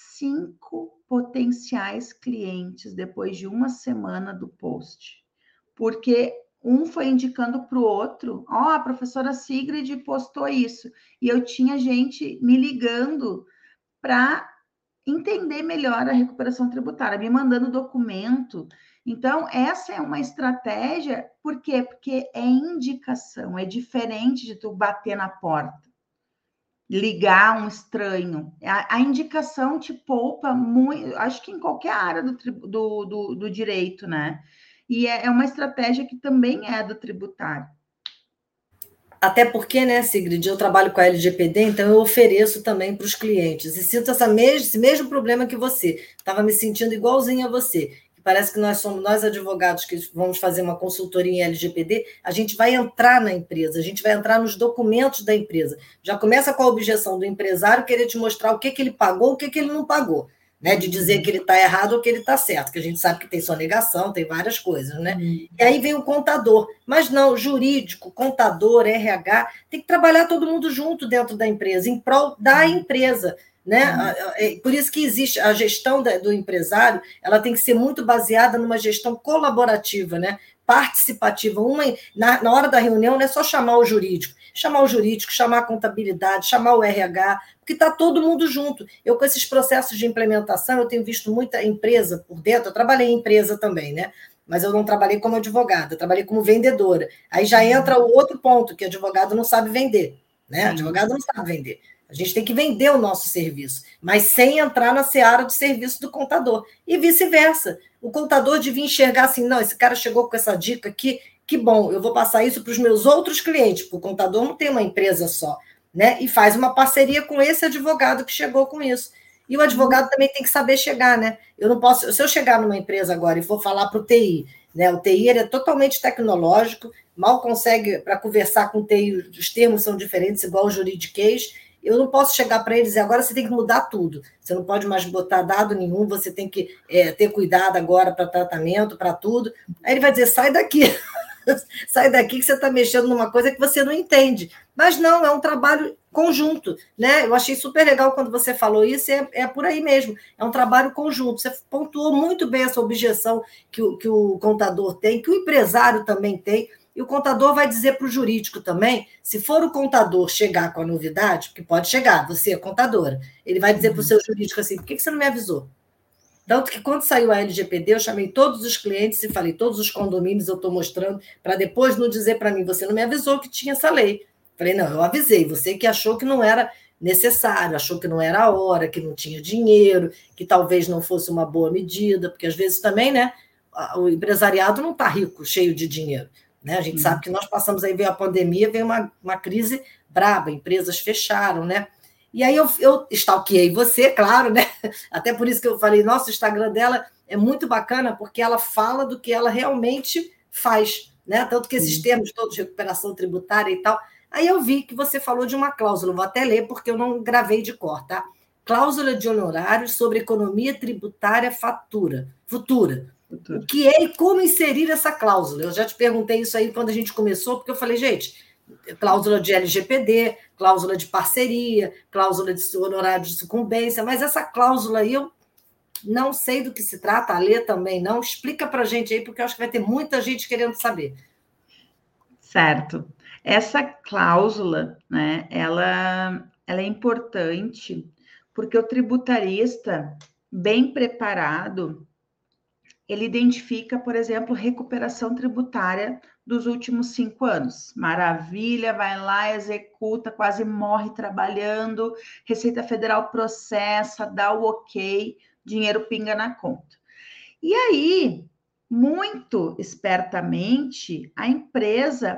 5 potenciais clientes depois de uma semana do post, porque um foi indicando para o outro, a professora Sigrid postou isso, e eu tinha gente me ligando para entender melhor a recuperação tributária, me mandando documento. Então, essa é uma estratégia, por quê? Porque é indicação, é diferente de tu bater na porta, ligar um estranho. A indicação te poupa muito, acho que em qualquer área do direito, né? E é uma estratégia que também é do tributário. Até porque, né, Sigrid, eu trabalho com a LGPD, então eu ofereço também para os clientes. E sinto esse mesmo problema que você. Estava me sentindo igualzinho a você. Parece que nós advogados que vamos fazer uma consultoria em LGPD, a gente vai entrar na empresa, a gente vai entrar nos documentos da empresa. Já começa com a objeção do empresário querer te mostrar o que ele pagou, o que ele não pagou, né? De dizer que ele está errado ou que ele está certo, que a gente sabe que tem sonegação, tem várias coisas, né? E aí vem o contador. Mas não, jurídico, contador, RH, tem que trabalhar todo mundo junto dentro da empresa, em prol da empresa, né? Por isso que existe a gestão do empresário, ela tem que ser muito baseada numa gestão colaborativa, né? Participativa. Na hora da reunião não é só chamar o jurídico, chamar a contabilidade, chamar o RH, porque está todo mundo junto. Eu, com esses processos de implementação, eu tenho visto muita empresa por dentro, eu trabalhei em empresa também, né? Mas eu não trabalhei como advogada, eu trabalhei como vendedora. Aí já entra o outro ponto, que advogado não sabe vender, né? Advogado não sabe vender. A gente tem que vender o nosso serviço, mas sem entrar na seara de serviço do contador. E vice-versa. O contador devia enxergar assim, não, esse cara chegou com essa dica aqui, que bom, eu vou passar isso para os meus outros clientes, porque o contador não tem uma empresa só, né? E faz uma parceria com esse advogado que chegou com isso. E o advogado também tem que saber chegar, né? Eu não posso, se eu chegar numa empresa agora e for falar para o TI, né? O TI ele é totalmente tecnológico, mal consegue, para conversar com o TI, os termos são diferentes, igual o juridiquês. Eu não posso chegar para ele e dizer, agora você tem que mudar tudo. Você não pode mais botar dado nenhum, você tem que ter cuidado agora para tratamento, para tudo. Aí ele vai dizer, sai daqui. Sai daqui que você está mexendo numa coisa que você não entende. Mas não, é um trabalho conjunto, né? Eu achei super legal quando você falou isso, é por aí mesmo. É um trabalho conjunto. Você pontuou muito bem essa objeção que o contador tem, que o empresário também tem. E o contador vai dizer para o jurídico também, se for o contador chegar com a novidade, porque pode chegar, você é contadora, ele vai dizer para o seu jurídico assim, por que você não me avisou? Tanto que quando saiu a LGPD, eu chamei todos os clientes e falei, todos os condomínios eu estou mostrando, para depois não dizer para mim, você não me avisou que tinha essa lei. Falei, não, eu avisei, você que achou que não era necessário, achou que não era a hora, que não tinha dinheiro, que talvez não fosse uma boa medida, porque às vezes também, né, o empresariado não está rico, cheio de dinheiro. Né? A gente sabe que nós passamos aí, veio a pandemia, veio uma crise braba, empresas fecharam, né? E aí eu stalkeei você, claro, né? Até por isso que eu falei, nossa, o Instagram dela é muito bacana, porque ela fala do que ela realmente faz, né? Tanto que esses termos todos, recuperação tributária e tal. Aí eu vi que você falou de uma cláusula, vou até ler, porque eu não gravei de cor, tá? Cláusula de honorários sobre economia tributária futura. O que é e como inserir essa cláusula? Eu já te perguntei isso aí quando a gente começou, porque eu falei, gente, cláusula de LGPD, cláusula de parceria, cláusula de honorário de sucumbência, mas essa cláusula aí eu não sei do que se trata, a Lê também não. Explica para a gente aí, porque eu acho que vai ter muita gente querendo saber. Certo. Essa cláusula, né, ela é importante porque o tributarista bem preparado, ele identifica, por exemplo, recuperação tributária dos últimos 5 anos. Maravilha, vai lá, executa, quase morre trabalhando, Receita Federal processa, dá o ok, dinheiro pinga na conta. E aí, muito espertamente, a empresa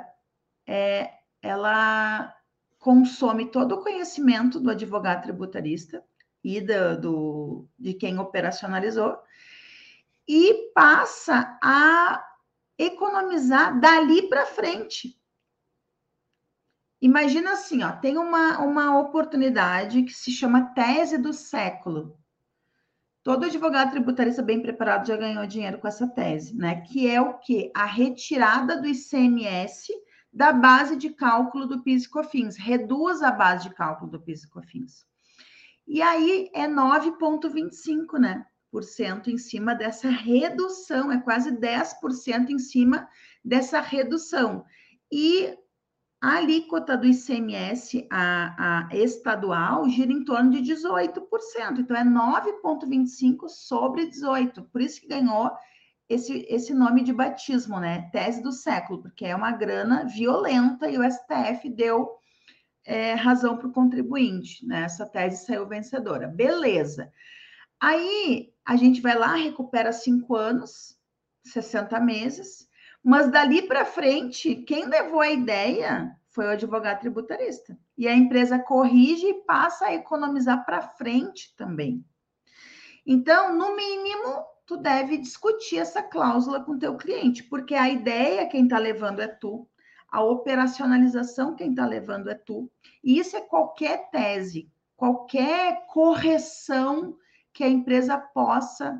ela consome todo o conhecimento do advogado tributarista e de quem operacionalizou e passa a economizar dali para frente. Imagina assim, ó, tem uma oportunidade que se chama tese do século. Todo advogado tributarista bem preparado já ganhou dinheiro com essa tese, né? Que é o quê? A retirada do ICMS da base de cálculo do PIS e COFINS. Reduz a base de cálculo do PIS e COFINS. E aí é 9,25%, né? Por cento em cima dessa redução, é quase 10% em cima dessa redução. E a alíquota do ICMS a estadual gira em torno de 18%. Então, é 9,25% sobre 18%. Por isso que ganhou esse nome de batismo, né? Tese do século, porque é uma grana violenta e o STF deu razão para o contribuinte, né? Essa tese saiu vencedora. Beleza. Aí, a gente vai lá, recupera 5 anos, 60 meses, mas dali para frente, quem levou a ideia foi o advogado tributarista. E a empresa corrige e passa a economizar para frente também. Então, no mínimo, tu deve discutir essa cláusula com teu cliente, porque a ideia quem está levando é tu, a operacionalização quem está levando é tu. E isso é qualquer tese, qualquer correção que a empresa possa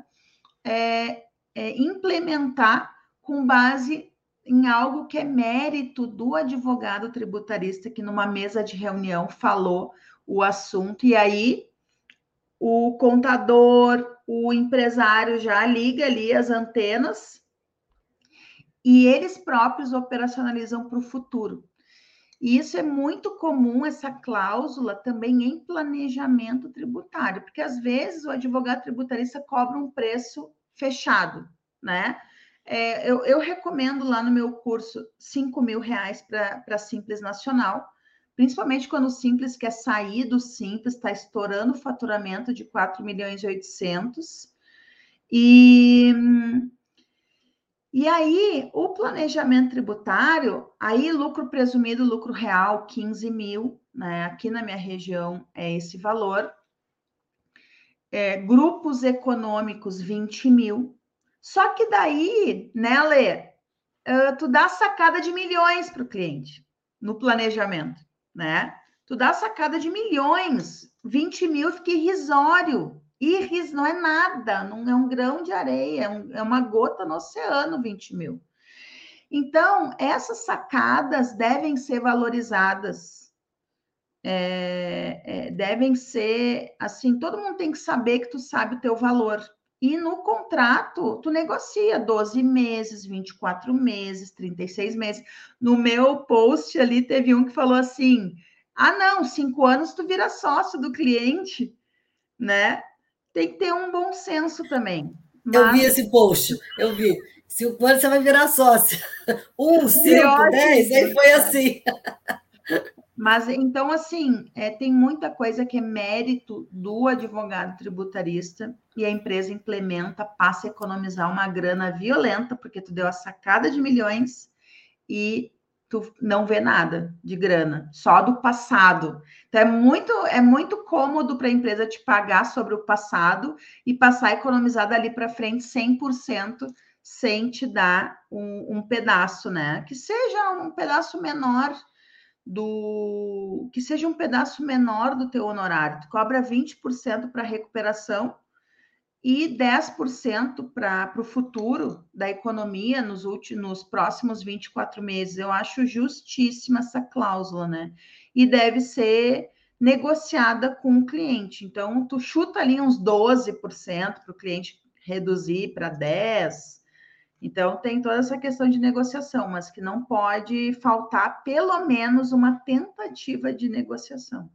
implementar com base em algo que é mérito do advogado tributarista que numa mesa de reunião falou o assunto, e aí o contador, o empresário já liga ali as antenas e eles próprios operacionalizam para o futuro. E isso é muito comum, essa cláusula também em planejamento tributário, porque às vezes o advogado tributarista cobra um preço fechado, né? Eu recomendo lá no meu curso R$5.000 para Simples Nacional, principalmente quando o Simples quer sair do Simples, está estourando o faturamento de 4.800.000. E aí, o planejamento tributário, aí lucro presumido, lucro real, 15.000, né? Aqui na minha região é esse valor. Grupos econômicos, 20.000. Só que daí, né, Lê, tu dá sacada de milhões para o cliente no planejamento, né? Tu dá sacada de milhões, 20.000 fica irrisório. Não é nada, não é um grão de areia, é uma gota no oceano, 20.000. Então, essas sacadas devem ser valorizadas. Devem ser, assim, todo mundo tem que saber que tu sabe o teu valor. E no contrato, tu negocia 12 meses, 24 meses, 36 meses. No meu post ali, teve um que falou assim, não, 5 anos tu vira sócio do cliente, né? Tem que ter um bom senso também. Eu vi esse post, eu vi. 5 anos você vai virar sócio. 1, 5, 10, aí foi assim. Mas, então, assim, tem muita coisa que é mérito do advogado tributarista e a empresa implementa, passa a economizar uma grana violenta, porque tu deu a sacada de milhões e tu não vê nada de grana, só do passado. Então, é muito cômodo para a empresa te pagar sobre o passado e passar a economizar dali para frente 100%, sem te dar um pedaço, né? Que seja um pedaço menor que seja um pedaço menor do teu honorário. Tu cobra 20% para recuperação e 10% para o futuro da economia nos próximos 24 meses. Eu acho justíssima essa cláusula, né? E deve ser negociada com o cliente. Então, tu chuta ali uns 12% para o cliente reduzir para 10%. Então, tem toda essa questão de negociação, mas que não pode faltar pelo menos uma tentativa de negociação.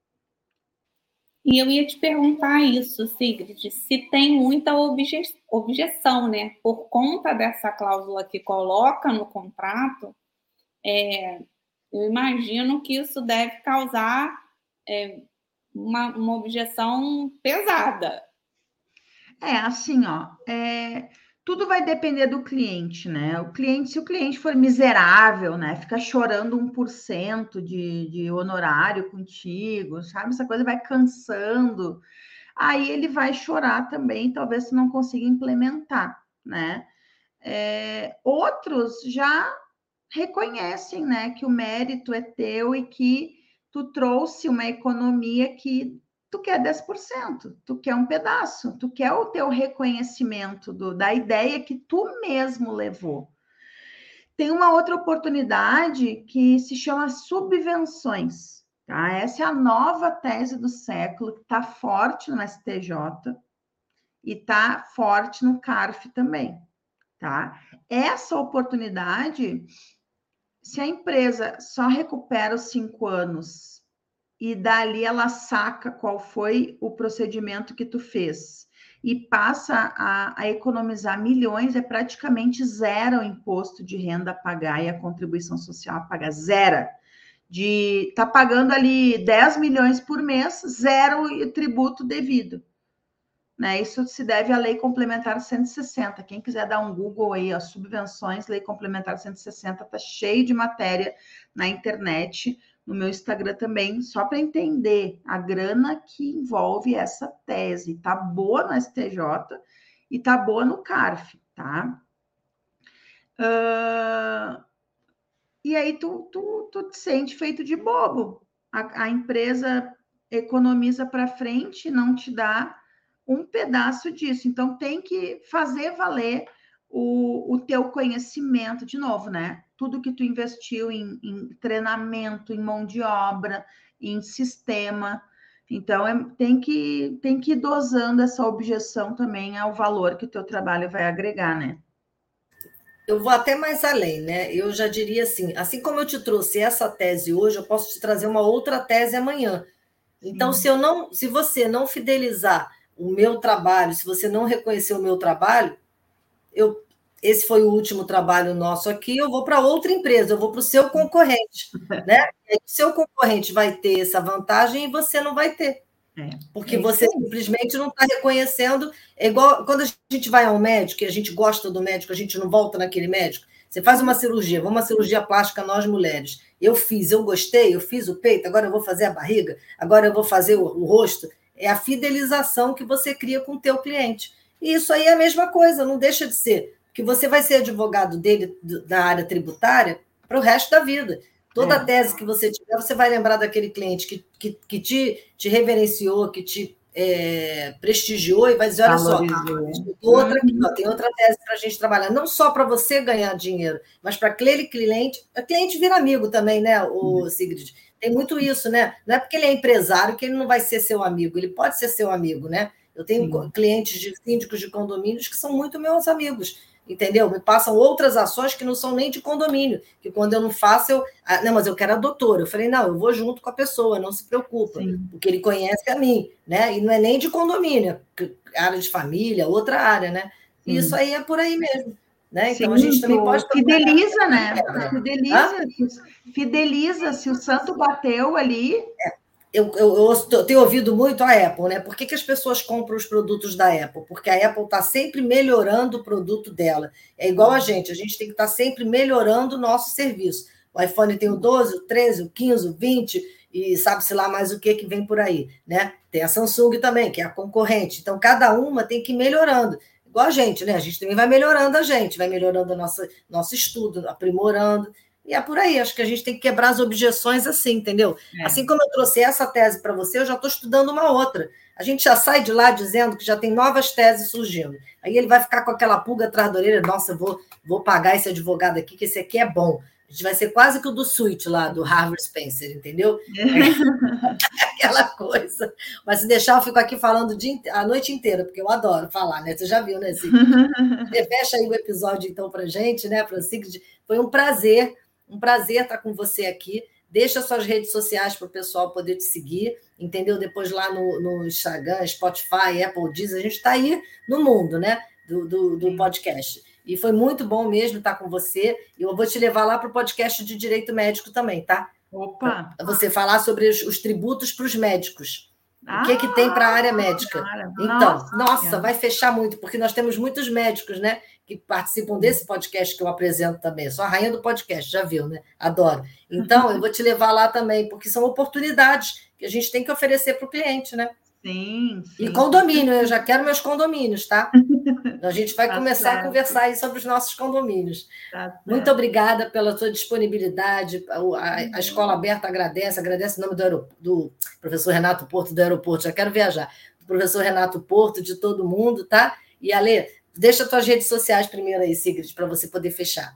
E eu ia te perguntar isso, Sigrid, se tem muita objeção, né? Por conta dessa cláusula que coloca no contrato, eu imagino que isso deve causar uma objeção pesada. Assim, tudo vai depender do cliente, né? Se o cliente for miserável, né? Fica chorando 1% de honorário contigo, sabe? Essa coisa vai cansando. Aí ele vai chorar também, talvez você não consiga implementar, né? Outros já reconhecem, né, que o mérito é teu e que tu trouxe uma economia que tu quer 10%, tu quer um pedaço, tu quer o teu reconhecimento da ideia que tu mesmo levou. Tem uma outra oportunidade que se chama subvenções, tá? Essa é a nova tese do século, que está forte no STJ e está forte no CARF também, tá? Essa oportunidade, se a empresa só recupera os 5 anos e dali ela saca qual foi o procedimento que tu fez e passa a economizar milhões, é praticamente zero o imposto de renda a pagar e a contribuição social a pagar, zero. Tá pagando ali 10 milhões por mês, zero o tributo devido. Né? Isso se deve à Lei Complementar 160. Quem quiser dar um Google aí, as subvenções, Lei Complementar 160, tá cheio de matéria na internet, no meu Instagram também, só para entender a grana que envolve essa tese. Tá boa no STJ e tá boa no CARF, tá? E aí tu te sente feito de bobo. A empresa economiza para frente, não te dá um pedaço disso. Então, tem que fazer valer o teu conhecimento, de novo, né? Tudo que tu investiu em treinamento, em mão de obra, em sistema. Então, tem que ir dosando essa objeção também ao valor que o teu trabalho vai agregar, né? Eu vou até mais além, né? Eu já diria assim como eu te trouxe essa tese hoje, eu posso te trazer uma outra tese amanhã. Então, se você não fidelizar o meu trabalho, se você não reconhecer o meu trabalho, esse foi o último trabalho nosso aqui, eu vou para outra empresa, eu vou para o seu concorrente, né? O seu concorrente vai ter essa vantagem e você não vai ter. Porque você simplesmente não está reconhecendo. É igual quando a gente vai ao médico e a gente gosta do médico, a gente não volta naquele médico. Você faz uma cirurgia, uma cirurgia plástica, nós mulheres. Eu gostei, eu fiz o peito, agora eu vou fazer a barriga, agora eu vou fazer o rosto. É a fidelização que você cria com o teu cliente. E isso aí é a mesma coisa, não deixa de ser. Porque você vai ser advogado dele da área tributária para o resto da vida. Toda tese que você tiver, você vai lembrar daquele cliente que te reverenciou, que te prestigiou e vai dizer, olha só, tem outra tese para a gente trabalhar, não só para você ganhar dinheiro, mas para aquele cliente vira amigo também, né, o Sigrid? Tem muito isso, né? Não é porque ele é empresário que ele não vai ser seu amigo, ele pode ser seu amigo, né? Eu tenho clientes de síndicos de condomínios que são muito meus amigos, entendeu? Me passam outras ações que não são nem de condomínio, que quando eu não faço, não, mas eu quero a doutora. Eu falei, não, eu vou junto com a pessoa, não se preocupa, porque ele conhece a mim, né? E não é nem de condomínio, área de família, outra área, né? E isso aí é por aí mesmo, né? Então a gente também pode... Fideliza, né? Fideliza, se o santo bateu ali... Eu tenho ouvido muito a Apple, né? Por que as pessoas compram os produtos da Apple? Porque a Apple está sempre melhorando o produto dela. É igual a gente tem que estar sempre melhorando o nosso serviço. O iPhone tem o 12, o 13, o 15, o 20, e sabe-se lá mais o que vem por aí, né? Tem a Samsung também, que é a concorrente. Então, cada uma tem que ir melhorando. Igual a gente, né? A gente também vai melhorando vai melhorando nosso estudo, aprimorando. E é por aí, acho que a gente tem que quebrar as objeções assim, entendeu? Assim como eu trouxe essa tese para você, eu já estou estudando uma outra. A gente já sai de lá dizendo que já tem novas teses surgindo. Aí ele vai ficar com aquela pulga atrás da orelha, nossa, eu vou pagar esse advogado aqui, que esse aqui é bom. A gente vai ser quase que o do Sweet lá, do Harvard Spencer, entendeu? Aquela coisa. Mas se deixar, eu fico aqui falando a noite inteira, porque eu adoro falar, né? Você já viu, né, Sigrid? Você fecha aí o episódio, então, para a gente, né, para Sigrid. Foi um prazer estar com você aqui. Deixa suas redes sociais para o pessoal poder te seguir, entendeu? Depois lá no Instagram, Spotify, Apple, Deezer, a gente está aí no mundo, né? Do podcast. E foi muito bom mesmo estar com você. E eu vou te levar lá para o podcast de Direito Médico também, tá? Opa! Para você falar sobre os tributos para os médicos. O que tem para a área médica? Cara, então, nossa, vai fechar muito, porque nós temos muitos médicos, né? Que participam desse podcast que eu apresento também. Eu sou a rainha do podcast, já viu, né? Adoro. Então, eu vou te levar lá também, porque são oportunidades que a gente tem que oferecer para o cliente, né? Sim. E condomínio, eu já quero meus condomínios, tá? A gente vai começar a conversar aí sobre os nossos condomínios. Muito obrigada pela sua disponibilidade. A Escola Aberta agradece em nome do professor Renato Porto do aeroporto. Já quero viajar. Do professor Renato Porto, de todo mundo, tá? E, Ale, deixa as tuas redes sociais primeiro aí, Sigrid, para você poder fechar.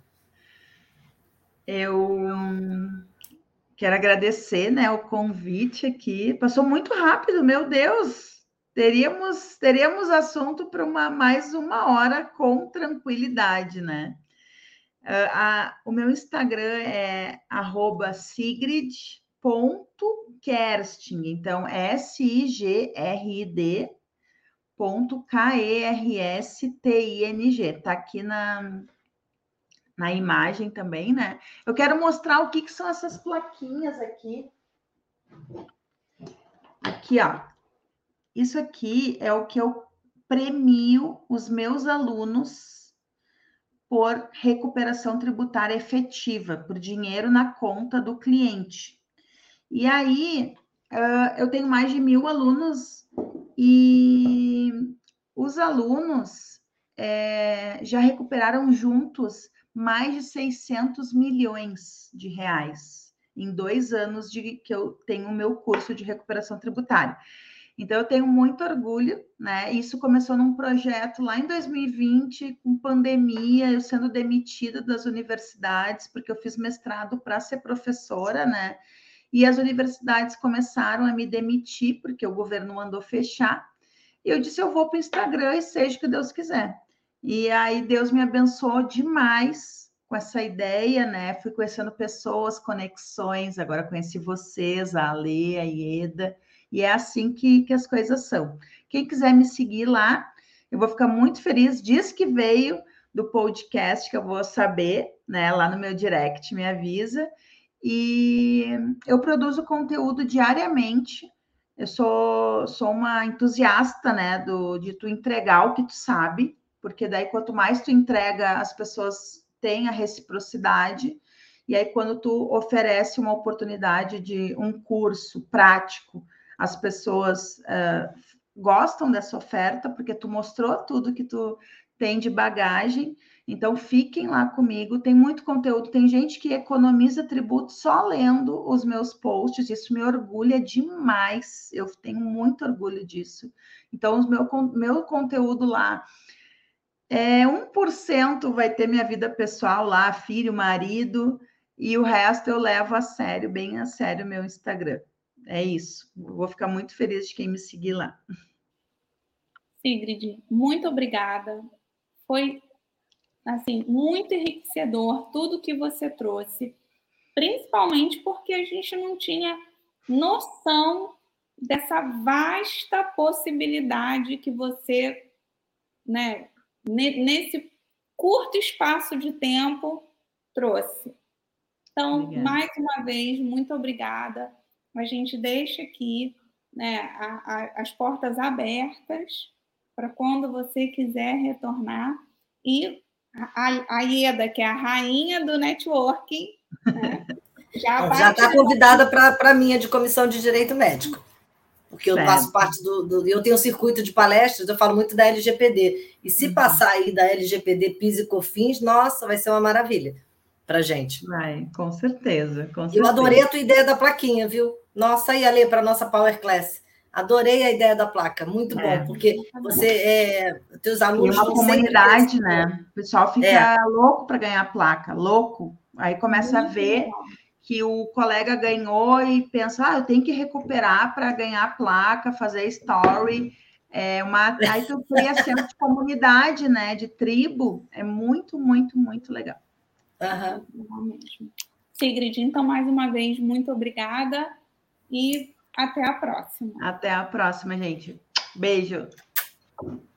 Eu quero agradecer, né, o convite aqui. Passou muito rápido, meu Deus! Teríamos assunto para mais uma hora com tranquilidade, né? O meu Instagram é @sigrid.kersting, então sigrid.kersting. Tá aqui na imagem também, né? Eu quero mostrar o que são essas plaquinhas aqui. Aqui, ó. Isso aqui é o que eu premio os meus alunos por recuperação tributária efetiva, por dinheiro na conta do cliente. E aí, eu tenho mais de 1.000 alunos e os alunos já recuperaram juntos mais de 600 milhões de reais em 2 anos que eu tenho o meu curso de recuperação tributária. Então, eu tenho muito orgulho, né? Isso começou num projeto lá em 2020, com pandemia, eu sendo demitida das universidades, porque eu fiz mestrado para ser professora, né? E as universidades começaram a me demitir, porque o governo mandou fechar. E eu disse, eu vou para o Instagram e seja o que Deus quiser. E aí, Deus me abençoou demais com essa ideia, né? Fui conhecendo pessoas, conexões, agora conheci vocês, a Ale, a Ieda, e é assim que as coisas são. Quem quiser me seguir lá, eu vou ficar muito feliz. Diz que veio do podcast, que eu vou saber, né? Lá no meu direct, me avisa. E eu produzo conteúdo diariamente. Eu sou uma entusiasta, né? De tu entregar o que tu sabe, porque daí quanto mais tu entrega, as pessoas têm a reciprocidade. E aí, quando tu oferece uma oportunidade de um curso prático, as pessoas gostam dessa oferta, porque tu mostrou tudo que tu tem de bagagem. Então, fiquem lá comigo, tem muito conteúdo, tem gente que economiza tributo só lendo os meus posts, isso me orgulha demais, eu tenho muito orgulho disso. Então, meu conteúdo lá, 1% vai ter minha vida pessoal lá, filho, marido, e o resto eu levo a sério, bem a sério, meu Instagram. É isso. Vou ficar muito feliz de quem me seguir lá. Sigrid, muito obrigada. Foi, assim, muito enriquecedor tudo que você trouxe, principalmente porque a gente não tinha noção dessa vasta possibilidade que você, né, nesse curto espaço de tempo, trouxe. Então, obrigada. Mais uma vez, muito obrigada. A gente deixa aqui, né, as portas abertas para quando você quiser retornar. E a Ieda, que é a rainha do networking, né, já está convidada para a minha de comissão de direito médico, porque eu faço parte eu tenho um circuito de palestras, eu falo muito da LGPD, e se passar aí da LGPD PIS e COFINS, nossa, vai ser uma maravilha. para gente. Vai, com certeza, com certeza. Eu adorei a tua ideia da plaquinha, viu? Nossa, aí, Ale, para a nossa Power Class. Adorei a ideia da placa, muito bom, porque teus alunos e uma vão comunidade, sempre... né? O pessoal fica louco para ganhar placa, louco. Aí começa a ver que o colega ganhou e pensa, eu tenho que recuperar para ganhar a placa, fazer story. Aí tu cria senso de comunidade, né? De tribo, é muito, muito, muito legal. Sigrid, então, mais uma vez, muito obrigada e até a próxima. Até a próxima, gente. Beijo.